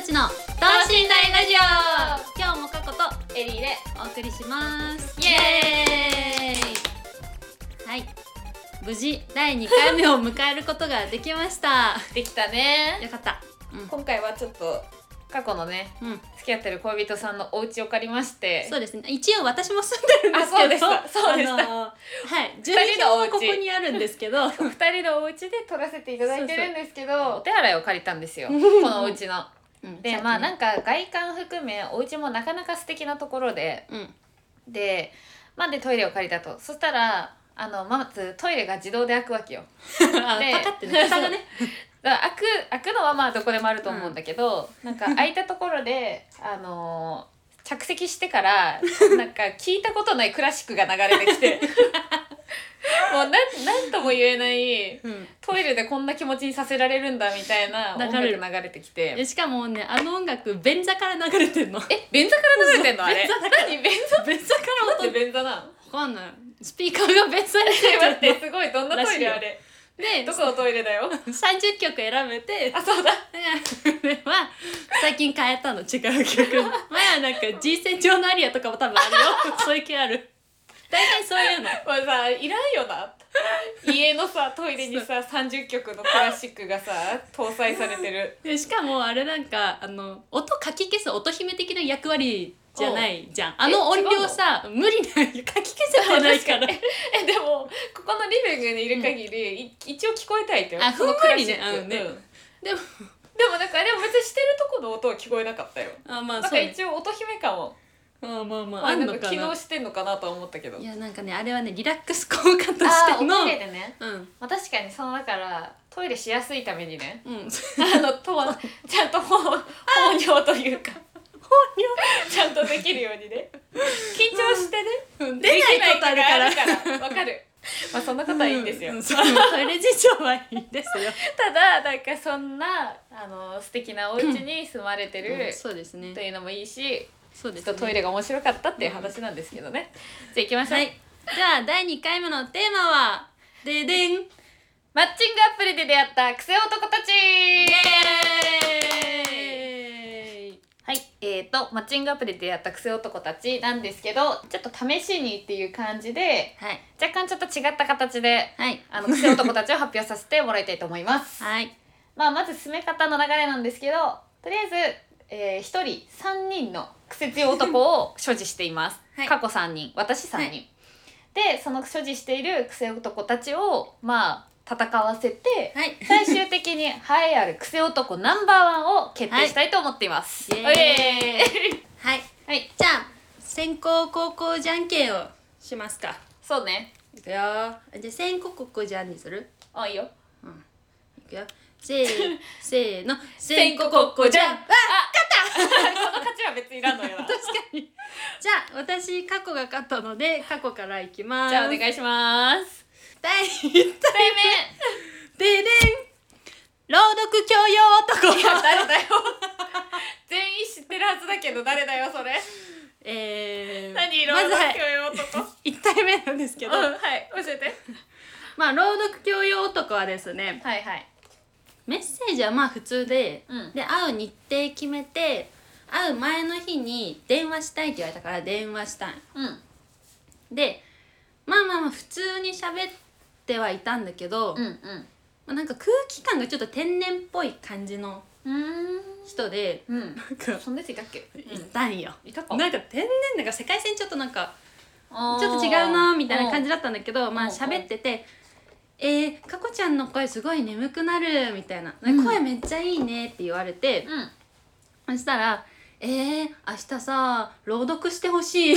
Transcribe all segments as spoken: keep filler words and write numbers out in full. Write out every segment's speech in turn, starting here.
ちの等身大ラジオ。今日も過去とエリーでお送りします。 イエーイ。 はい、無事だいにかいめを迎えることができましたできたね。 よかった、うん、 今回はちょっと過去のね、うん、付き合ってる恋人さんのお家を借りまして。 そうですね、一応私も住んでるんですけど、 あ、そうでしたそうでした、 あのー、はい住民票はここにあるんですけどふたりのお家で撮らせていただいてるんですけど、そうそうお手洗いを借りたんですよこのお家のうん、で、ね、まあなんか外観含めお家もなかなか素敵なところで、うん、でまあでトイレを借りたと。そしたらあのまずトイレが自動で開くわけよでパカってね、蓋がね開く開くのはまあどこでもあると思うんだけど、うん、なんか開いたところであのー、着席してからなんか聞いたことないクラシックが流れてきてもうなんなんとも言えない、うん、トイレでこんな気持ちにさせられるんだみたいな音楽流れてきて、 しかもね、あの音楽便座から流れてんの。 え、便座から流れてんのあれ。 便座だから何便座便座から音。なんで便座なの。 わかんない。スピーカーが便座についてるの。 待ってすごい、どんなトイレあれ。でどこのトイレだよ。 さんじゅっきょく選べて、 あ、そうだ。 これは最近変えたの、違う曲。前はなんか G 線上のアリアとかも多分あるよ。そういう系ある。大体そういうの。 まあさ、いらんよな。家のさトイレにささんじゅっきょくのクラシックがさ搭載されてる。 でしかもあれなんかあの音かき消す音姫的な役割じゃないじゃん。あの音量さ無理なかき消せてないから。 えでもここのリビングにいる限り、うん、一応聞こえたいってよ。 あ、ふんわりね。あのね、うん、でもでもなんかでも別にしてるとこの音は聞こえなかったよ。 あ、まあ、 なんか一応音姫感をまあまあまあ、 あんのかな。機能してんのかなとは思ったけど。 いやなんかね、あれはねリラックス効果としての。 あ、おトイレでね。 うん。 まあ確かにそのだからトイレしやすいためにね。 うん。 あのとはちゃんと放放尿というか放尿ちゃんとできるようにね。緊張してね。 うん、出ないことあるから。 わかる。まあそんなことはいいんですよ。 うん、トイレ事情はいいですよ。 ただなんかそんなあの素敵なお家に住まれてる、うん、 そうですね。 というのもいいし。 そうですね、 ちょっとトイレが面白かったっていう話なんですけどね、うん、じゃあ行きましょう、 はい、じゃあだいにかいめのテーマはででん、 マッチングアプリで出会ったクセ男たち。イエーイ。はい、えーとマッチングアプリで出会ったクセ男たちなんですけど、ちょっと試しにっていう感じで、はい、若干ちょっと違った形で、はい、あのクセ男たちを発表させてもらいたいと思います、はい、まあ、まず進め方の流れなんですけど、とりあえず、えー、ひとりさんにんのクセ強男を所持しています、はい、過去さんにん、私さんにん、はい、でその所持しているクセ男たちをまあ戦わせて、はい、最終的に栄えあるクセ男ナンバーワンを決定したいと思っています、はい、イエーイはい、はい、じゃあ先攻後攻じゃんけんをしますか。 そうね、 いくよ。じゃあ先攻後攻じゃんにする。 あ、いいよ、 うん、いくよ。せーせーの、先攻後攻じゃん。あ、勝ったこの勝ちは別にいらんのよな確かに。じゃあ私過去が勝ったので過去からいきます。 じゃあお願いします。 だいいちたいめででん、朗読教養男。 いや誰だよ全員知ってるはずだけど誰だよそれ。 えー、 何朗読教養男、 はい、いちたいめなんですけど、うん、 はい教えてまあ朗読教養男はですね、 はいはい、 メッセージはまあ普通で、うん、で会う日程決めて会う前の日に電話したいって言われたから電話したい、うん、でまあまあまあ普通に喋ってはいたんだけど、うんうん、まあ、なんか空気感がちょっと天然っぽい感じの人で、うん、なんかそんなやついたっけ？ いたんよ。 いたか？ なんか天然なんか世界線ちょっとなんかちょっと違うなみたいな感じだったんだけど、まあ喋ってて、えー、かこちゃんの声すごい眠くなるみたいな、うん、声めっちゃいいねって言われて、うん、そしたらえー、明日さ朗読してほしい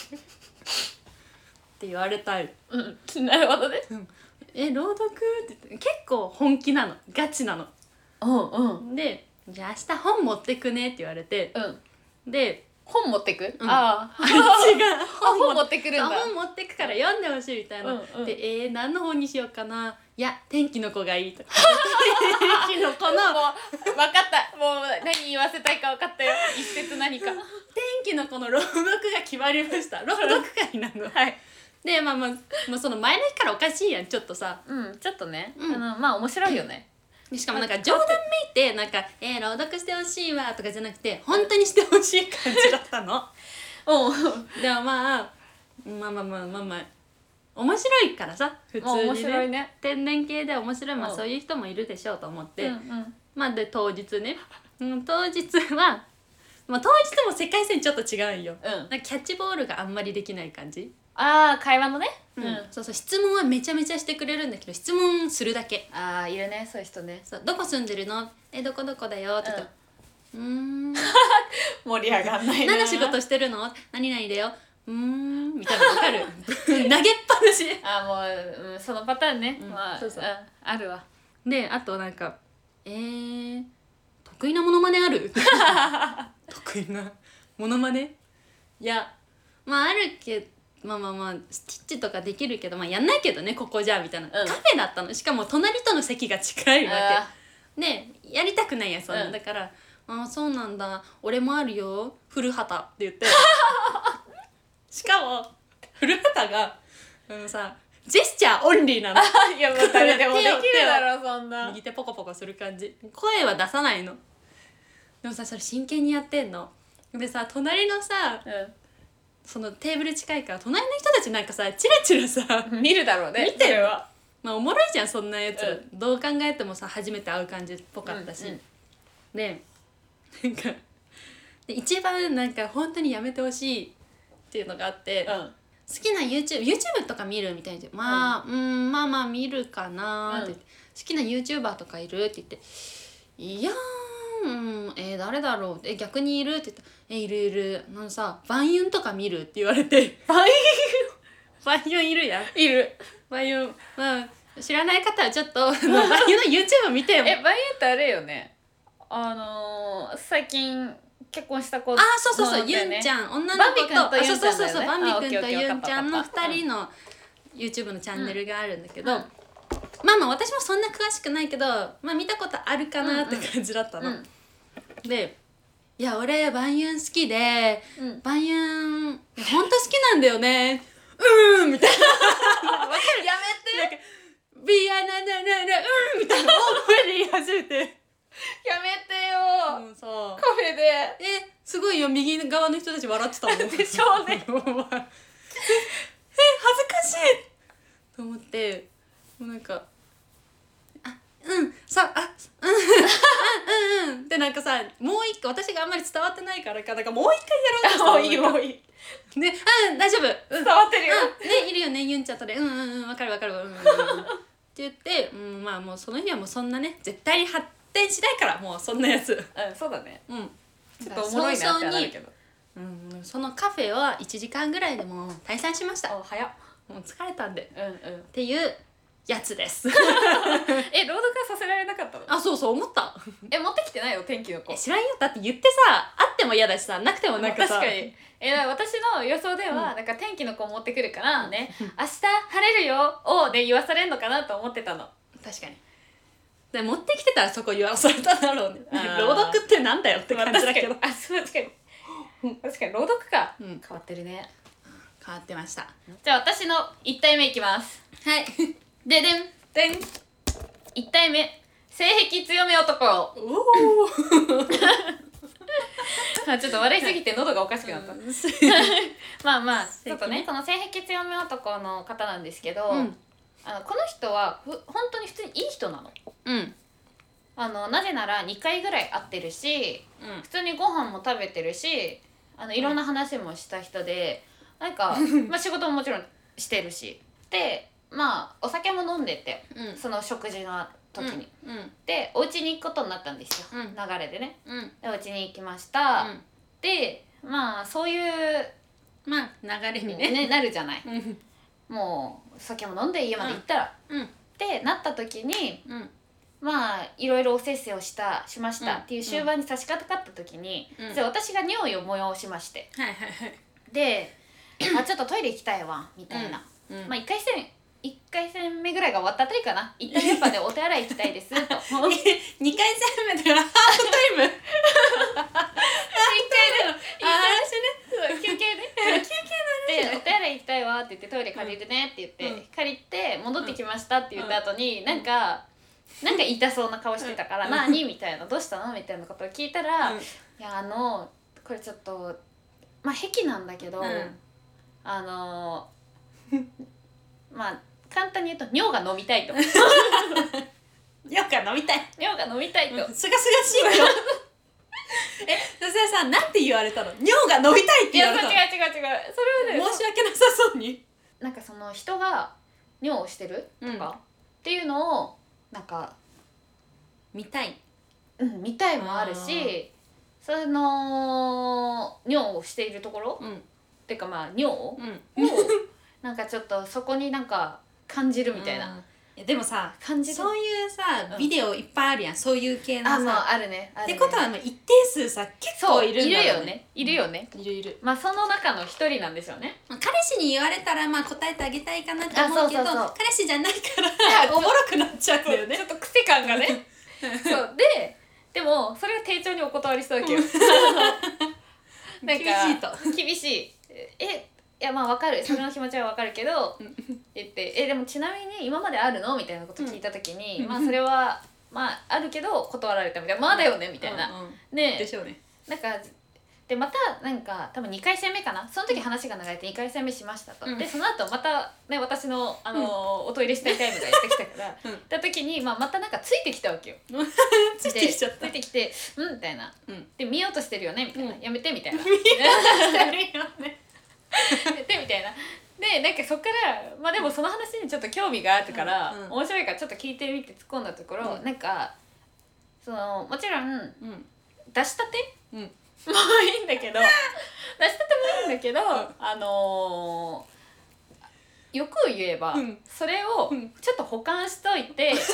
って言われたい、 うん、なるほどね、 うん、え朗読って言って結構本気なの、ガチなの、うんうん、でじゃあ明日本持ってくねって言われて、うん、で本持ってく、うん、ああ違う本持ってくるんだ、 本持ってくから読んでほしいみたいな、うんうん、でえー、何の本にしようかな、いや天気の子がいいとか天気の子のもう分かった、もう何言わせたいか分かったよ、一節何か天気の子の朗読が決まりました。朗読会なのはいでまあまあ、まあ、その前の日からおかしいやんちょっとさ、 うんちょっとね、うん、あのまあ面白いよねしかもなんか冗談めいてなんか「えー、朗読してほしいわ」とかじゃなくて本当にしてほしい感じだったの。でもまあまあまあまあまあまあ面白いからさ普通に、ね、面白いね、天然系で面白い、まあそういう人もいるでしょうと思って、うんうん、まあで当日ね、うん、当日は、まあ、当日も世界線ちょっと違うよ、うん、なんかキャッチボールがあんまりできない感じ。 ああ会話のね、 うん、うん、そうそう質問はめちゃめちゃしてくれるんだけど質問するだけ。 ああいるねそういう人ね。 そうどこ住んでるのえどこどこだよって言ったら、うん、うーん盛り上がんないな。 何の仕事してるの何々だようーんみたいなの分かる投げっぱなし。 あもう、うん、そのパターンね、うん、まあそうそう、うん、あるわ。 であとなんかえー、得意なモノマネある得意なモノマネいやまああるけどまあまあまあスティッチとかできるけどまあやんないけどねここじゃみたいな、うん、カフェだったのしかも隣との席が近いわけでやりたくないやそんな、うん、だからああそうなんだ俺もあるよ古畑って言ってしかも古畑があのさジェスチャーオンリーなの。 いやもう誰でもできるだろそんな。 右手ポコポコする感じ声は出さないの。でもさそれ真剣にやってんのでさ隣のさ、うん、そのテーブル近いから隣の人たちなんかさチラチラさ見るだろうね見てるわ。まあおもろいじゃんそんなやつ、うん、どう考えてもさ初めて会う感じっぽかったし、うんうん、でなんかで一番なんか本当にやめてほしいっていうのがあって、うん、好きな YouTube, YouTube とか見るみたいでまあ、うん、うんまあまあ見るかなって、うん、好きな YouTuber とかいるって言っていやー、うん、えー、誰だろうえ逆にいるって言ったらえいるいるあのさバンユンとか見るって言われてバンユンバンユンいるやんいるバンユンまあ知らない方はちょっとバンユンの YouTube 見てよ。 えバンユンってあれよねあのー、最近結婚した子、 ね、あそうそうそうユンちゃん女の子とバンビ君とユンちゃんだよね。そうそうそうバンビ君とユンちゃんのふたりの YouTube のチャンネルがあるんだけど、うん、まあまあ私もそんな詳しくないけどまあ見たことあるかなって感じだったの、うんうん、でいや俺バンユン好きで、うん、バンユンほんと好きなんだよねうーんみたいなわかるやめてビアナナナナうんみたいな大声で言い始めてやめてよ、うん、さカフェでえすごいよ右側の人たち笑ってたもんでしょうねえ恥ずかしいと思ってもうなんかあうんさあうんうんうんうんってなんかさもう一回私があんまり伝わってないからかなんかもう一回やろうとしたもういいもういいねうん大丈夫、うん、 伝わってるよ、 うん、ねいるよねユンちゃんとでうんうんうんわかるわかるうんうんうんって言って、うん、まあもうその日はもうそんなね絶対に発展しないからもうそんなやつうんそうだねうんちょっとおもろいなってなるけどうん、そのカフェはいちじかんぐらいでもう退散しました。 お早っもう疲れたんで、 うんうん、 っていうやつですえ朗読はさせられなかったの？ あそうそう思ったえ持ってきてないよ天気の子。 知らんよだって言ってさあっても嫌だしさなくてもなんかさ確かにえ私の予想では、うん、なんか天気の子持ってくるからね、うん、明日晴れるよをで言わされるのかなと思ってたの。 確かにで持ってきてたらそこ言わされただろうね朗読ってなんだよって感じだけど、まあ、あそう確かに確かに朗読か、うん、変わってるね変わってました。 じゃあ私のいち体目いきます。 はいででんでんいち体目性癖強め男おおちょっと笑いすぎて喉がおかしくなったまあまあちょっとねこの性癖強め男の方なんですけど、うん、あのこの人はふ本当に普通にいい人なの。うんあのなぜならにかいぐらい会ってるし、うん、普通にご飯も食べてるしあのいろんな話もした人で、うん、なんか、まあ、仕事ももちろんしてるしでまあお酒も飲んでて、うん、その食事の時に、うんうん、でお家に行くことになったんですよ、うん、流れでね、うん、でお家に行きました、うん、でまあそういうまあ流れにね、 ねなるじゃないもうお酒も飲んで家まで行ったら、うん、ってなった時に、うんまあいろいろおせっせをしたしましたっていう終盤に差し掛かった時に、うん、じゃあ私が尿意を催しまして、はいはいはい、であちょっとトイレ行きたいわみたいな、うんうん、まあいっかい戦いっかい戦目ぐらいが終わったあたりかな一旦やっぱでお手洗い行きたいですとにかい戦目ではハーフタイムいっかいでああ休憩で休憩でお手洗い行きたいわって言ってトイレ借りてねって言って、うん、借りて戻ってきましたって言った後に、うん、なんかなんか言いたそうな顔してたから「何?」みたいな「どうしたの?」みたいなことを聞いたら「うん、いやあのこれちょっとまあ癖なんだけど、うん、あのまあ簡単に言うと尿が飲みたいと尿が飲みたい尿が飲みたいと、 うん、すがすがしいよえ、それさ、なんて言われたの？尿が飲みたいって言われたの？ いや、違う違う違う。それはね、 申し訳なさそうになんかその人が尿をしてるとか、うん、っていうのをなんか見たい、 うん、見たいもあるし、その尿をしているところ、うん、っていうかまあ尿を、うん、なんかちょっとそこになんか感じるみたいな。 でもさ、感じそういうさ、ビデオいっぱいあるやん、そういう系のさ。 あ、まああるね。 ってことは一定数さ、結構いるんだろうね。 いるよね。いるよね。いるいる。まあその中の一人なんでしょうね。 彼氏に言われたらまあ答えてあげたいかなと思うけど、彼氏じゃないからおもろくなっちゃうんだよね。 ちょっと癖感がね。そうで、でもそれは丁重にお断りしたわけよ。なんか厳しいと。厳しい。え。いやまあ分かる、それの気持ちは分かるけど言ってえでもちなみに今まであるのみたいなこと聞いた時に、うん、まあそれはまああるけど断られたみたいな、まあだよねみたいな、うんうん、ねでしょうね。 なんかでまたなんか多分にかい戦目かな、その時話が流れてにかい戦目しましたと、うん、でその後またね私のあの、うん、おトイレしたいタイムがやってきたから、うん、った時に、まあ、またなんかついてきたわけよ。 ついてきちゃった。 ついてきてうんみたいな、うん、で見ようとしてるよねみたいな、うん、やめてみたいな。 見ようとしてるよねでみたいなでなんかそっからまあでもその話にちょっと興味があるから、うんうん、面白いからちょっと聞いてみて突っ込んだところ、うん、なんかそのもちろん、うん、出したて、うん、もういいんだけど出したてもいいんだけど、うん、あのー、欲を言えば、うん、それをちょっと保管しといて、うん、なんか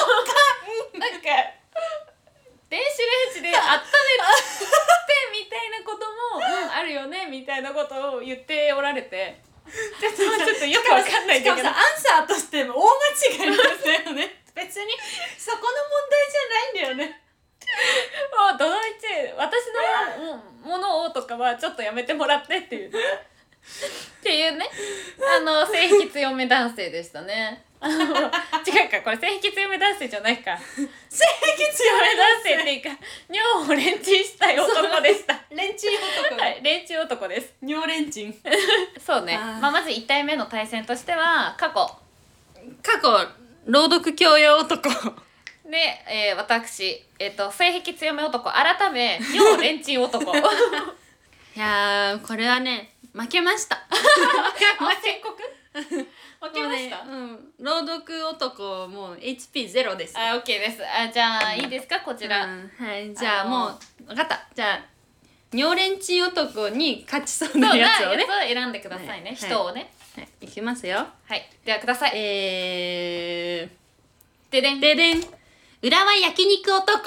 電子レンジで温めてみたいなことも、うん、あるよねみたいなことを言っておられて、ちょっとちょっとよくわかんないんだけど、しかもさアンサーとしても大間違いなんだよね別にそこの問題じゃないんだよねもうどのいち私のものをとかはちょっとやめてもらってっていうっていうね、あの性癖強め男性でしたね。違うか、これ性癖強め男性じゃないか。性癖強め男性っていうか尿をレンチンしたい男でした。 レンチン男、 はい、レンチン男です。 尿レンチンそうね。あ、まあ、まずいち体目の対戦としては過去過去朗読教養男で、えー、私、えーと、性癖強め男改め尿レンチン男いやーこれはね負けました宣告負けました、 ね、うん、朗読男もう エイチピーゼロ です。 あ、 OK です。あ、じゃあ、うん、いいですかこちら、うん、 はい、じゃあ、あのー、もう分かった。じゃあ尿レンチン男に勝ちそうなやつをね、 そうなやつを選んでくださいね、はい、人をね、 はい、いきますよ。 はい、ではください。 えー、 ででんででん浦和焼肉男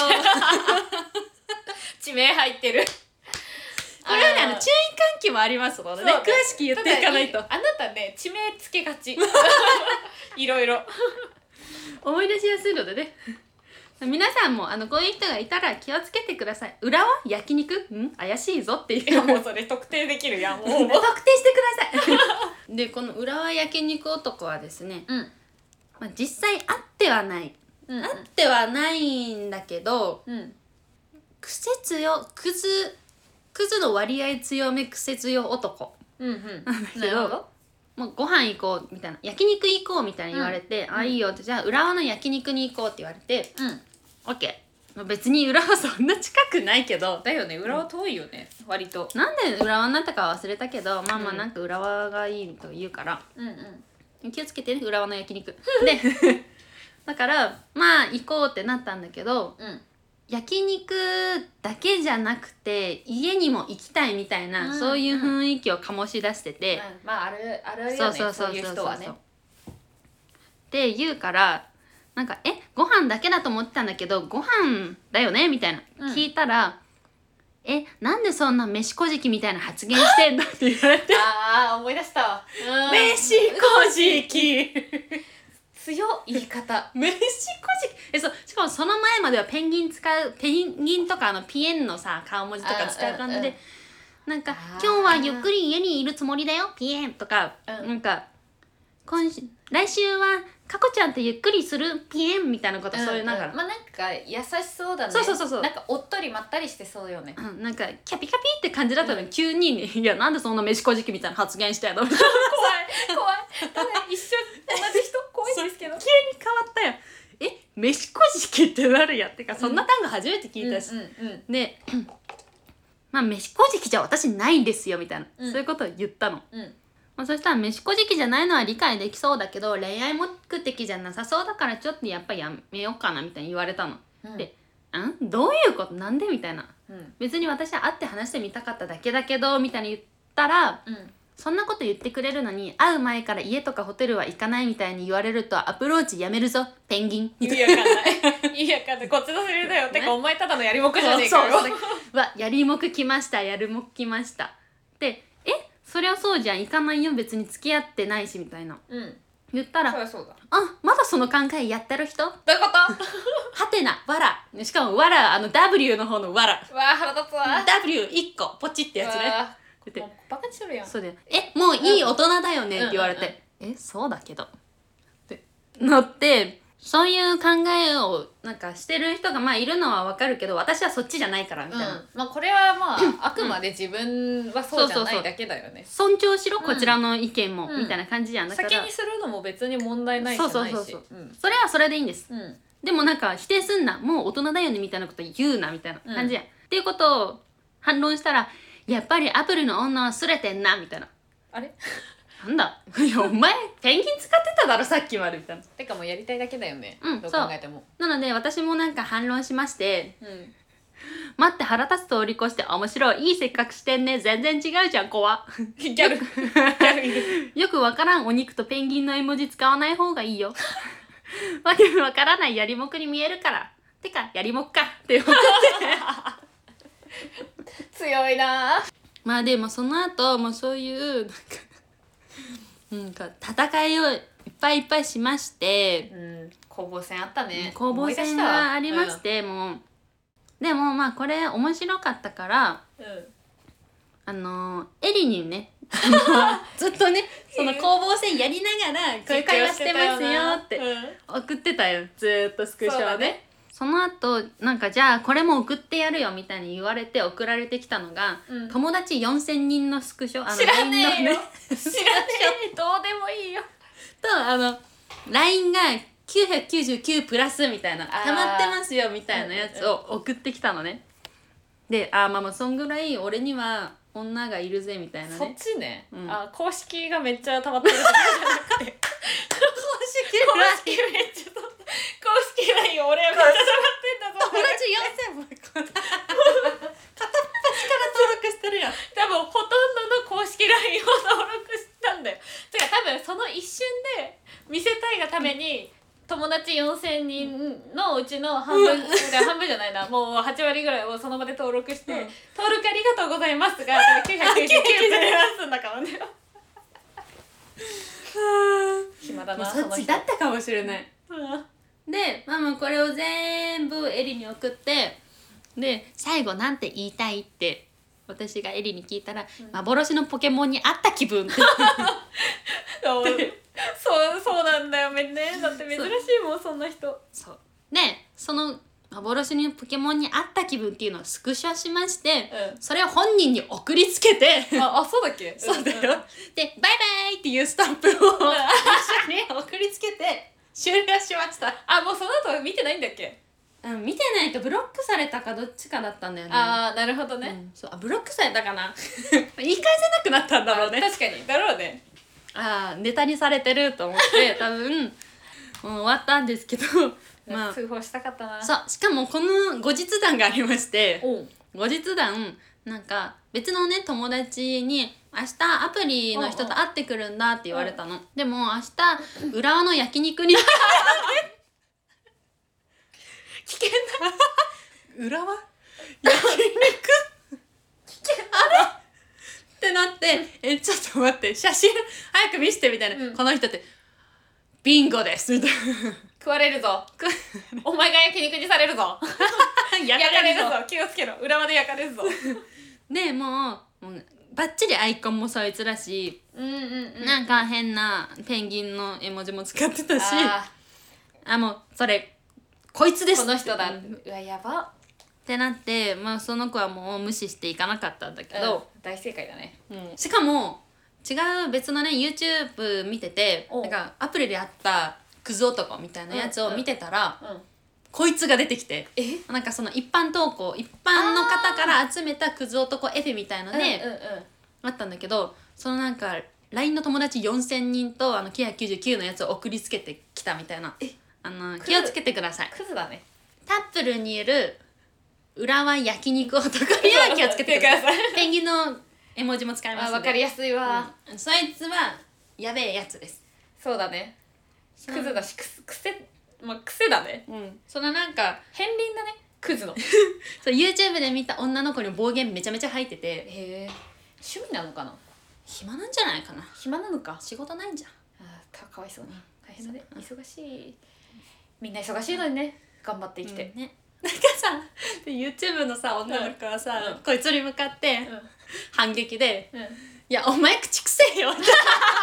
地名入ってるこれはね、あの注意喚起もありますのでね、詳しく言っていかないと。 あなたね、地名つけがちいろいろ思い出しやすいのでね皆さんもあのこういう人がいたら気をつけてください。浦和焼肉ん怪しいぞっていう。 いやもうそれ特定できるやん。もう特定してくださいでこの浦和焼肉男はですね、うん、まあ、実際あってはない、うんうん、あってはないんだけど、うん、癖強クズクズの割合強め癖強男、うんうん、なんだけど、もうご飯行こうみたいな、焼肉行こうみたいに言われて、うん、あ、いいよって、じゃあ浦和の焼肉に行こうって言われて、うん、OK。別に浦和そんな近くないけど、 だよね、浦和遠いよね、うん、割と。 なんで浦和になったか忘れたけど、まあまあなんか浦和がいいと言うから、うんうん、気をつけてね、浦和の焼肉でだからまあ行こうってなったんだけど、うん、焼肉だけじゃなくて家にも行きたいみたいな、うん、そういう雰囲気を醸し出してて、 うん、まああるあるあるよね、そういう人はね。 って言うからなんか「えご飯だけだと思ってたんだけどご飯だよね?」みたいな、うん、聞いたら「えなんでそんな飯こじきみたいな発言してんの?」って言われてああ思い出したわ。 飯こじき強い言い方飯こじきえそうしかもその前まではペンギン使うペンギンとかあのピエンのさ顔文字とか使う感じで、うんうん、なんか「今日はゆっくり家にいるつもりだよピエン」とか、うん、なんか今週来週はかこちゃんとゆっくりするピエンみたいなこと、うん、そういうなんか、 うん、まあなんか優しそうだね。 そうそうそうそう、 なんかおっとりまったりしてそうよね、 うん、なんかキャピキャピって感じだったのに、うん、急に、ね、いやなんでそんな飯こじきみたいな発言してやの怖い怖いただ一緒同じ人怖いんですけど急に変わったよ。え飯こじきってなるやってか、そんな単語初めて聞いたし、うんうんうんうん、でまあ飯こじきじゃ私ないんですよみたいな、うん、そういうことを言ったの、うん、まあ、そしたら飯こじきじゃないのは理解できそうだけど恋愛目的じゃなさそうだからちょっとやっぱやめようかなみたいに言われたの、うん、でんどういうことなんでみたいな、うん、別に私は会って話してみたかっただけだけどみたいに言ったら、うん、そんなこと言ってくれるのに会う前から家とかホテルは行かないみたいに言われるとアプローチやめるぞペンギン。 意味わかんない意味わかんないこっちのセリフだよ、ね、てかお前ただのやりもくじゃねえかよ。 そうそうそうわやりもく来ましたやるもく来ましたでえそりゃそうじゃん行かないよ別に付き合ってないしみたいな、うん、言ったらそうそうだあまだその考えやってる人どういうことはてなわらしかもわらあの W の方のわらわあ腹立つわダブリューいっ 個ポチってやつねってもうバカにするやん。 そうでえもういい大人だよねって言われて、うんうんうん、えそうだけどってなってそういう考えをなんかしてる人がまあいるのはわかるけど私はそっちじゃないからみたいな、うん、 まあこれはまああくまで自分はそうじゃないだけだよね。 尊重しろ、うん、こちらの意見も、うん、みたいな感じじゃん。だから先にするのも別に問題ないじゃないし、そうそうそうそう、 うん、それはそれでいいんです、うん、でもなんか否定すんなもう大人だよねみたいなこと言うなみたいな感じやん、うん、っていうことを反論したらやっぱりアプリの女はすれてんなみたいな。 あれなんだいやお前ペンギン使ってただろさっきまでみたいな。 てかもうやりたいだけだよね、うん、どう考えても。 なので私もなんか反論しまして、うん、待って腹立つ通り越して面白いいいせっかくしてんね全然違うじゃん怖ギャルよくわからんお肉とペンギンの絵文字使わない方がいいよわけわからないやりもくに見えるからてかやりもくかって思って強いな。 まあでもその後もうそういうなんかなんか戦いをいっぱいいっぱいしまして、 うん、攻防戦あったね。 攻防戦がありまして、うん、もうでもまあこれ面白かったから、うん、あのエリにねずっとねその攻防戦やりながらこういう会話してますよって送ってたよずーっとスクショで。その後なんかじゃあこれも送ってやるよみたいに言われて送られてきたのが、うん、友達よんせんにんのスクショあの知らねえよ、ね、知らねえどうでもいいよとあの ライン がきゅうひゃくきゅうじゅうきゅうプラスみたいな溜まってますよみたいなやつを送ってきたのね。であまあまあそんぐらい俺には女がいるぜみたいなね。 そっちね、うん、あ公式がめっちゃ溜まってるじゃなくて公式めっちゃ公式ライン俺はめっちゃ溜まってんだぞ。 友達よんせんも片っ端から登録してるやん。 多分ほとんどの公式ラインを登録したんだよ。てか多分その一瞬で見せたいがために友達よんせんにんのうちの半分、うん、半分じゃないなもうはち割ぐらいをその場で登録して、うん、登録ありがとうございますがきゅうひゃくきゅうじゅうきゅうプラスんだからね暇だなそっちだったかもしれない、うん、でママこれを全部エリに送ってで最後なんて言いたいって私がエリに聞いたら、うん、幻のポケモンに会った気分ってそうそうなんだよね。だって珍しいもんそんな人。 そうでその幻のポケモンに会った気分っていうのをスクショしまして、うん、それを本人に送りつけてああそうだっけそうだよ、うん、でバイバイっていうスタンプを一緒に送りつけて終了しました。 あもうその後見てないんだっけ。 うん、見てないとブロックされたかどっちかだったんだよね。 ああなるほどね、 うん、そうあブロックされたかな言い返せなくなったんだろうね。 確かにだろうね。 ああネタにされてると思って多分、うん、終わったんですけどまあ通報したかったな。 そうしかもこの後日談がありまして後日談なんか別のね友達に明日アプリの人と会ってくるんだって言われたの。でも明日浦和の焼肉に危険だ浦和焼肉危険あれってなってえちょっと待って写真早く見せてみたいな、うん、この人ってビンゴですみたいな食われるぞお前が焼肉にされるぞ焼かれるぞ気をつけろ浦和で焼かれるぞでもう、もうバッチリアイコンもそいつらしうんうんうん、 なんか変なペンギンの絵文字も使ってたし、ああもうそれこいつですこの人だ、うわやばってなって、まあ、その子はもう無視していかなかったんだけど、うん、 大正解だね、 うん、しかも違う別のね YouTube 見ててなんかアプリであったクズ男みたいなやつを見てたら、うんうん、こいつが出てきてえなんかその一般投稿一般の方から集めたクズ男エフみたいので、うんうんうん、あったんだけどそのなんか ライン の友達よんせんにんとあのきゅうひゃくきゅうじゅうきゅうのやつを送りつけてきたみたいなあの気をつけてください。 クズだね。 タップルにいる浦和焼肉男には気をつけてください。ペンギンの絵文字も使いますので。 あ、わかりやすいわ、 うん、そいつはやべえやつです。 そうだね。クズだし、く癖、まあ、癖だね。 うん。そのなんか片鱗だね。クズの。 そう YouTube で見た女の子に暴言めちゃめちゃ入ってて。へえ。趣味なのかな。 暇なんじゃないかな。 暇なのか。 仕事ないんじゃん。 ああ、かわいそうに。大変だね。忙しい。みんな忙しいのにね。頑張って生きて。 うん、ね。なんかさ YouTube のさ女の子はさ、うん、こいつに向かって、うん、反撃で、うん、いやお前口くせえよ歯磨い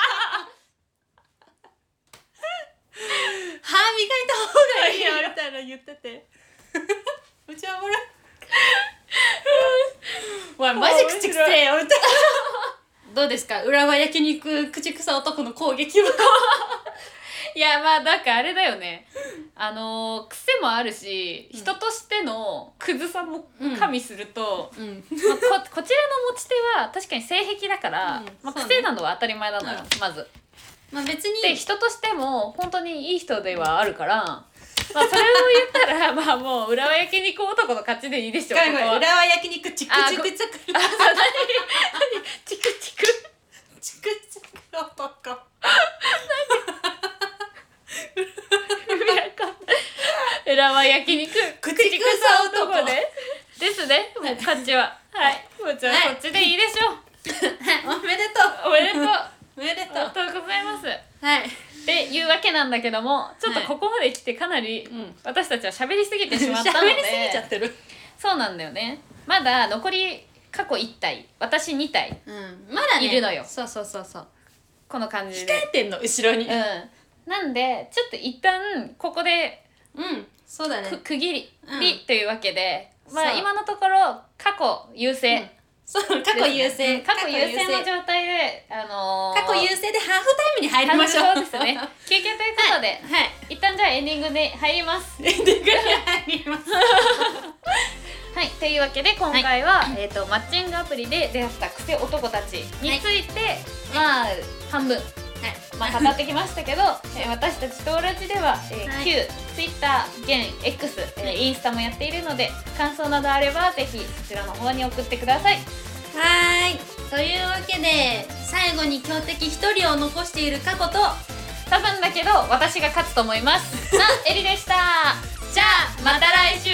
た方がいいよみたいな言っててうちはもらお前マジ口くせえよみたいなどうですか浦和焼肉口臭男の攻撃は。 いやまあなんかあれだよねあのー、癖もあるし、うん、人としてのクズさも加味すると、うんうんまあ、こ, こちらの持ち手は確かに性癖だから、うんまあ、癖なのは当たり前なのよ、うん、まず、 まあ、別にで人としても本当にいい人ではあるからまあそれを言ったらまあもう浦和焼肉男の勝ちでいいでしょ。 浦和焼肉チクチクチクチクチクチクチクチク男浦和焼肉口臭男でですね。もう勝ちははいもうじゃあこっちでいいでしょう。 はい、おめでとうおめでとうおめでとうありがとうございます。 はいっていうわけなんだけどもちょっとここまで来てかなり私たちは喋りすぎてしまったので、 喋りすぎちゃってる。 そうなんだよね。まだ残り過去いち体私に体、 うん、まだねいるのよ。 そうそうそうそうこの感じで控えてんの後ろに。 うんなんでちょっと一旦ここでうんそうだねく区切り、うん、というわけでまあ今のところ過去優勢、うんそう過去優勢、 過去優勢の状態で、あのー、 過去優勢でハーフタイムに入りましょう。 そうですね休憩ということで、はいはい、一旦じゃあエンディングで入りますエンディングに入りますはいというわけで今回は、はい、えーと、マッチングアプリで出会ったクセ男たちについて、はい、まあ半分、はいまあ、語ってきましたけどえ私たちトーラジでは、えーはい、旧 Twitter 現 X、えー、インスタもやっているので感想などあればぜひそちらの方に送ってください。 はいというわけで最後に強敵ひとりを残している過去と多分だけど私が勝つと思いますなエリでした。 じゃあまた来週。